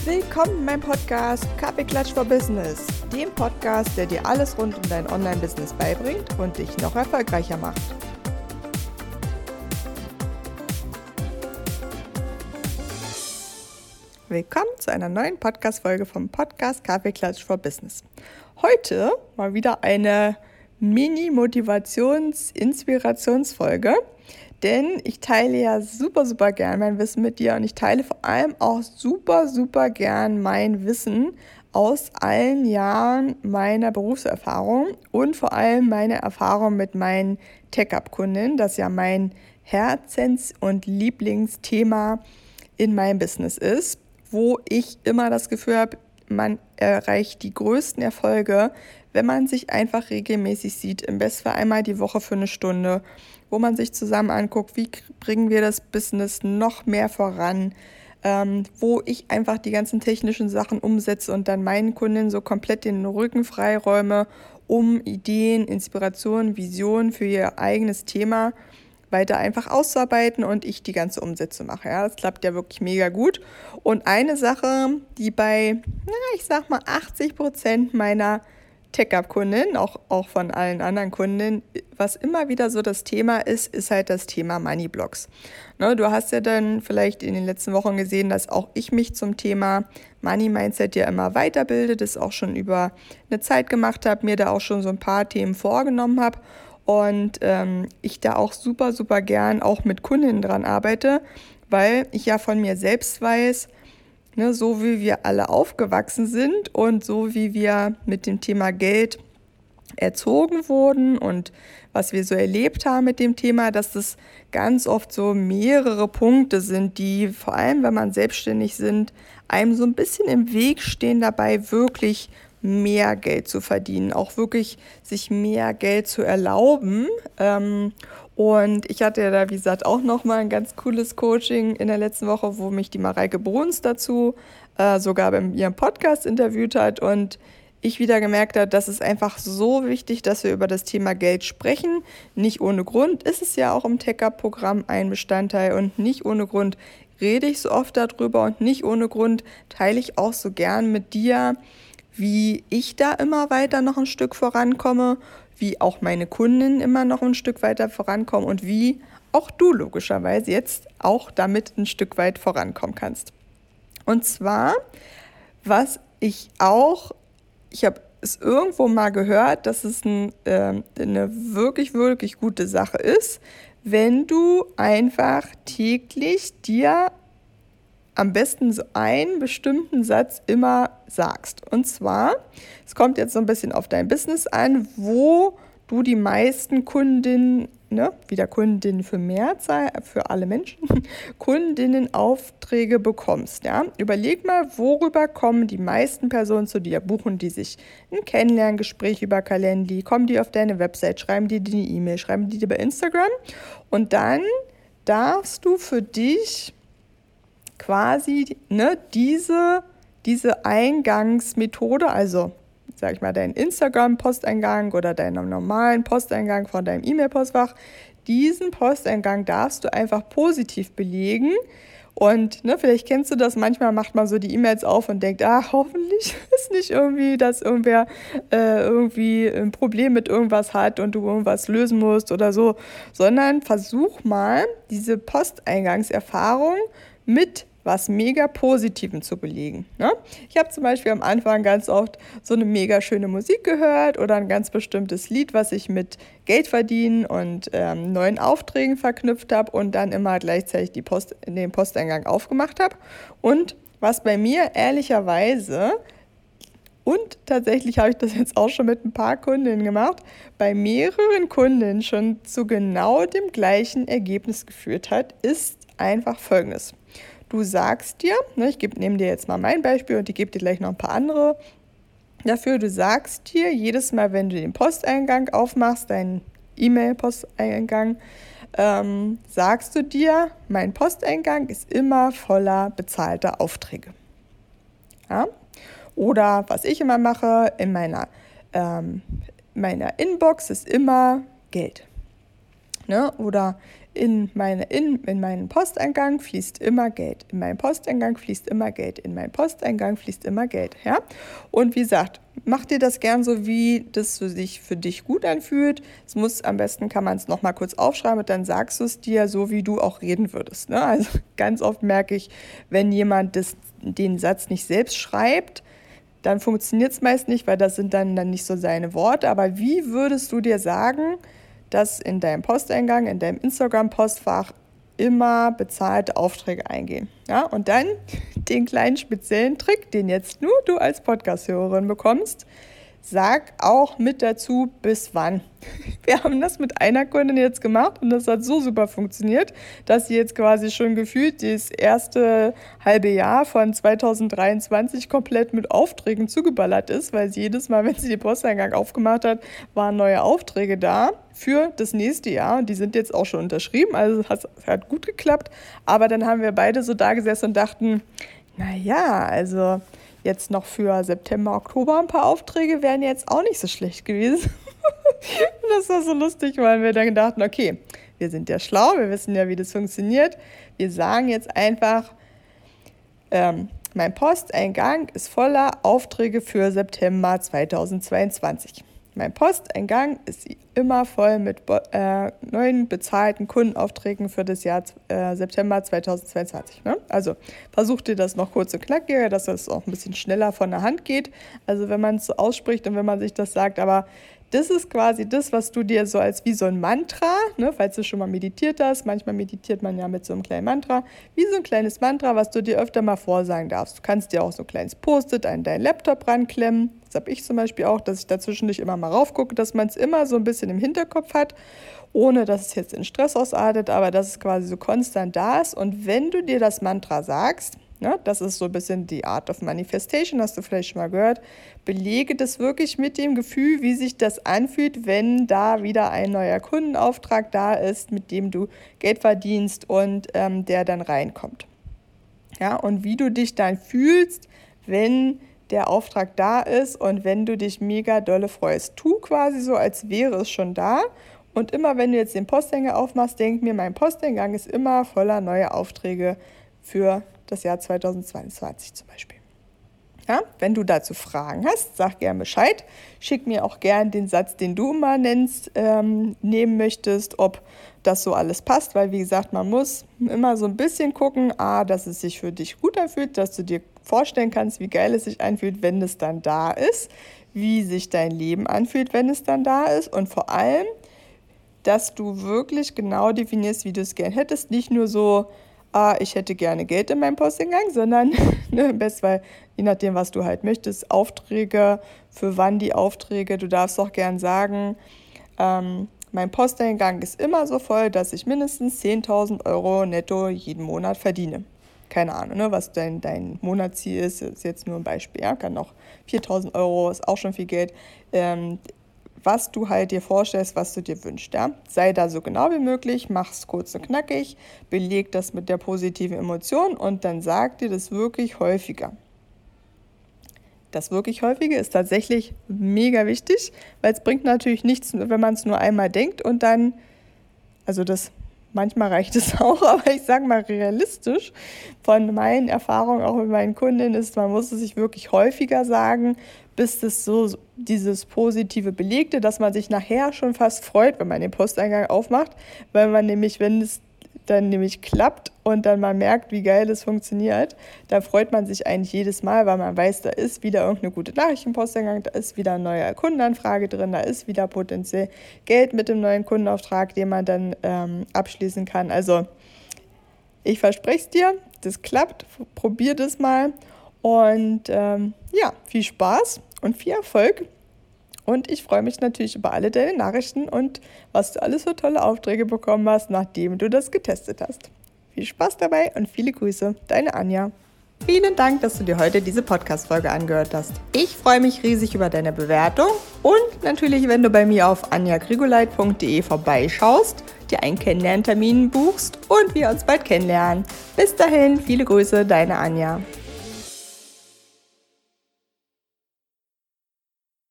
Willkommen in meinem Podcast Kaffeeklatsch for Business, dem Podcast, der dir alles rund um dein Online-Business beibringt und dich noch erfolgreicher macht. Willkommen zu einer neuen Podcast-Folge vom Podcast Kaffeeklatsch for Business. Heute mal wieder eine Mini-Motivations-Inspirationsfolge, denn ich teile ja super gern mein Wissen mit dir und ich teile vor allem auch super gern mein Wissen aus allen Jahren meiner Berufserfahrung und vor allem meine Erfahrung mit meinen Tech-Up-Kunden, das ja mein Herzens- und Lieblingsthema in meinem Business ist, wo ich immer das Gefühl habe, man erreicht die größten Erfolge, wenn man sich einfach regelmäßig sieht, im Bestfall einmal die Woche für eine Stunde, wo man sich zusammen anguckt, wie bringen wir das Business noch mehr voran, wo ich einfach die ganzen technischen Sachen umsetze und dann meinen Kunden so komplett den Rücken freiräume, um Ideen, Inspirationen, Visionen für ihr eigenes Thema weiter einfach auszuarbeiten und ich die ganze Umsetzung mache. Ja, das klappt ja wirklich mega gut. Und eine Sache, die bei, ich sag mal 80% meiner Tech-Up-Kunden, auch von allen anderen Kunden, was immer wieder so das Thema ist halt das Thema Money-Blocks. Ne, du hast ja dann vielleicht in den letzten Wochen gesehen, dass auch ich mich zum Thema Money-Mindset ja immer weiterbilde, das auch schon über eine Zeit gemacht habe, mir da auch schon so ein paar Themen vorgenommen habe. Und ich da auch super gern auch mit Kundinnen dran arbeite, weil ich ja von mir selbst weiß, ne, so wie wir alle aufgewachsen sind und so wie wir mit dem Thema Geld erzogen wurden und was wir so erlebt haben mit dem Thema, dass das ganz oft so mehrere Punkte sind, die vor allem, wenn man selbstständig sind, einem so ein bisschen im Weg stehen dabei, wirklich mehr Geld zu verdienen, auch wirklich sich mehr Geld zu erlauben. Und ich hatte ja da, wie gesagt, auch nochmal ein ganz cooles Coaching in der letzten Woche, wo mich die Mareike Bruns dazu sogar bei ihrem Podcast interviewt hat und ich wieder gemerkt habe, dass es einfach so wichtig, dass wir über das Thema Geld sprechen. Nicht ohne Grund ist es ja auch im Tech-Up-Programm ein Bestandteil und nicht ohne Grund rede ich so oft darüber und nicht ohne Grund teile ich auch so gern mit dir, wie ich da immer weiter noch ein Stück vorankomme, wie auch meine Kunden immer noch ein Stück weiter vorankommen und wie auch du logischerweise jetzt auch damit ein Stück weit vorankommen kannst. Und zwar, ich habe es irgendwo mal gehört, dass es eine wirklich gute Sache ist, wenn du einfach täglich dir am besten so einen bestimmten Satz immer sagst. Und zwar, es kommt jetzt so ein bisschen auf dein Business an, wo du die meisten Kundinnen, wieder Kundinnen für Mehrzahl, für alle Menschen, Kundinnenaufträge bekommst. Ja? Überleg mal, worüber kommen die meisten Personen zu dir? Buchen die sich ein Kennenlerngespräch über Calendly, kommen die auf deine Website, schreiben die dir eine E-Mail, schreiben die dir bei Instagram und dann darfst du für dich quasi diese Eingangsmethode, also sag ich mal deinen Instagram-Posteingang oder deinen normalen Posteingang von deinem E-Mail-Postfach, diesen Posteingang darfst du einfach positiv belegen. Und vielleicht kennst du das, manchmal macht man so die E-Mails auf und denkt, hoffentlich ist nicht irgendwie, dass irgendwer irgendwie ein Problem mit irgendwas hat und du irgendwas lösen musst oder so, sondern versuch mal, diese Posteingangserfahrung mit was mega Positivem zu belegen. Ne? Ich habe zum Beispiel am Anfang ganz oft so eine mega schöne Musik gehört oder ein ganz bestimmtes Lied, was ich mit Geld verdienen und neuen Aufträgen verknüpft habe und dann immer gleichzeitig den Posteingang aufgemacht habe. Und was bei mir ehrlicherweise, und tatsächlich habe ich das jetzt auch schon mit ein paar Kundinnen gemacht, bei mehreren Kunden schon zu genau dem gleichen Ergebnis geführt hat, ist einfach Folgendes. Du sagst dir, ich nehme dir jetzt mal mein Beispiel und ich gebe dir gleich noch ein paar andere dafür, du sagst dir jedes Mal, wenn du den Posteingang aufmachst, deinen E-Mail-Posteingang, sagst du dir, mein Posteingang ist immer voller bezahlter Aufträge. Ja? Oder was ich immer mache, in meiner Inbox ist immer Geld. Ne? Oder in meinen Posteingang fließt immer Geld. In meinen Posteingang fließt immer Geld. In meinen Posteingang fließt immer Geld. Ja? Und wie gesagt, mach dir das gern so, wie das sich für dich gut anfühlt. Am besten kann man es nochmal kurz aufschreiben und dann sagst du es dir so, wie du auch reden würdest. Ne? Also ganz oft merke ich, wenn jemand den Satz nicht selbst schreibt, dann funktioniert es meist nicht, weil das sind dann nicht so seine Worte. Aber wie würdest du dir sagen, dass in deinem Posteingang, in deinem Instagram-Postfach immer bezahlte Aufträge eingehen? Ja, und dann den kleinen speziellen Trick, den jetzt nur du als Podcast-Hörerin bekommst, sag auch mit dazu, bis wann. Wir haben das mit einer Kundin jetzt gemacht und das hat so super funktioniert, dass sie jetzt quasi schon gefühlt das erste halbe Jahr von 2023 komplett mit Aufträgen zugeballert ist, weil sie jedes Mal, wenn sie den Posteingang aufgemacht hat, waren neue Aufträge da für das nächste Jahr und die sind jetzt auch schon unterschrieben, also es hat gut geklappt, aber dann haben wir beide so da gesessen und dachten, naja, also jetzt noch für September, Oktober ein paar Aufträge wären jetzt auch nicht so schlecht gewesen. Und das war so lustig, weil wir dann dachten, okay, wir sind ja schlau, wir wissen ja, wie das funktioniert. Wir sagen jetzt einfach, mein Posteingang ist voller Aufträge für September 2022. Mein Posteingang ist immer voll mit neuen bezahlten Kundenaufträgen für das Jahr September 2022. Ne? Also versucht ihr das noch kurz und knackiger, dass das auch ein bisschen schneller von der Hand geht. Also wenn man es so ausspricht und wenn man sich das sagt, aber das ist quasi das, was du dir so als wie so ein Mantra, ne, falls du schon mal meditiert hast, manchmal meditiert man ja mit so einem kleinen Mantra, wie so ein kleines Mantra, was du dir öfter mal vorsagen darfst. Du kannst dir auch so ein kleines Post-it an deinen Laptop ranklemmen. Das habe ich zum Beispiel auch, dass ich dazwischen nicht immer mal raufgucke, dass man es immer so ein bisschen im Hinterkopf hat, ohne dass es jetzt in Stress ausartet, aber dass es quasi so konstant da ist. Und wenn du dir das Mantra sagst, ne, das ist so ein bisschen die Art of Manifestation, hast du vielleicht schon mal gehört, belege das wirklich mit dem Gefühl, wie sich das anfühlt, wenn da wieder ein neuer Kundenauftrag da ist, mit dem du Geld verdienst und der dann reinkommt. Ja, und wie du dich dann fühlst, wenn der Auftrag da ist und wenn du dich mega dolle freust. Tu quasi so, als wäre es schon da. Und immer wenn du jetzt den Posteingang aufmachst, denk mir, mein Posteingang ist immer voller neuer Aufträge für das Jahr 2022 zum Beispiel. Ja, wenn du dazu Fragen hast, sag gerne Bescheid. Schick mir auch gerne den Satz, den du immer nennst, nehmen möchtest, ob das so alles passt, weil wie gesagt, man muss immer so ein bisschen gucken, dass es sich für dich gut anfühlt, dass du dir vorstellen kannst, wie geil es sich anfühlt, wenn es dann da ist, wie sich dein Leben anfühlt, wenn es dann da ist und vor allem, dass du wirklich genau definierst, wie du es gerne hättest, nicht nur so, ich hätte gerne Geld in meinem Posteingang, sondern im Bestfall, je nachdem, was du halt möchtest, Aufträge, für wann die Aufträge, du darfst auch gern sagen, mein Posteingang ist immer so voll, dass ich mindestens 10.000 Euro netto jeden Monat verdiene. Keine Ahnung, ne, was dein Monatsziel ist jetzt nur ein Beispiel, ja, kann auch 4.000 Euro, ist auch schon viel Geld, was du halt dir vorstellst, was du dir wünschst. Ja? Sei da so genau wie möglich, mach es kurz und knackig, beleg das mit der positiven Emotion und dann sag dir das wirklich häufiger. Das wirklich häufige ist tatsächlich mega wichtig, weil es bringt natürlich nichts, wenn man es nur einmal denkt und dann, also das manchmal reicht es auch, aber ich sage mal realistisch, von meinen Erfahrungen auch mit meinen Kundinnen ist, man muss es sich wirklich häufiger sagen, bis das so dieses positive Belegte, dass man sich nachher schon fast freut, wenn man den Posteingang aufmacht, weil man nämlich, wenn es dann nämlich klappt und dann mal merkt, wie geil es funktioniert, dann freut man sich eigentlich jedes Mal, weil man weiß, da ist wieder irgendeine gute Nachricht im Posteingang, da ist wieder eine neue Kundenanfrage drin, da ist wieder potenziell Geld mit dem neuen Kundenauftrag, den man dann abschließen kann. Also ich verspreche es dir, das klappt, probier das mal und viel Spaß und viel Erfolg. Und ich freue mich natürlich über alle deine Nachrichten und was du alles für tolle Aufträge bekommen hast, nachdem du das getestet hast. Viel Spaß dabei und viele Grüße, deine Anja. Vielen Dank, dass du dir heute diese Podcast-Folge angehört hast. Ich freue mich riesig über deine Bewertung und natürlich, wenn du bei mir auf anjagrigoleit.de vorbeischaust, dir einen Kennenlerntermin buchst und wir uns bald kennenlernen. Bis dahin, viele Grüße, deine Anja.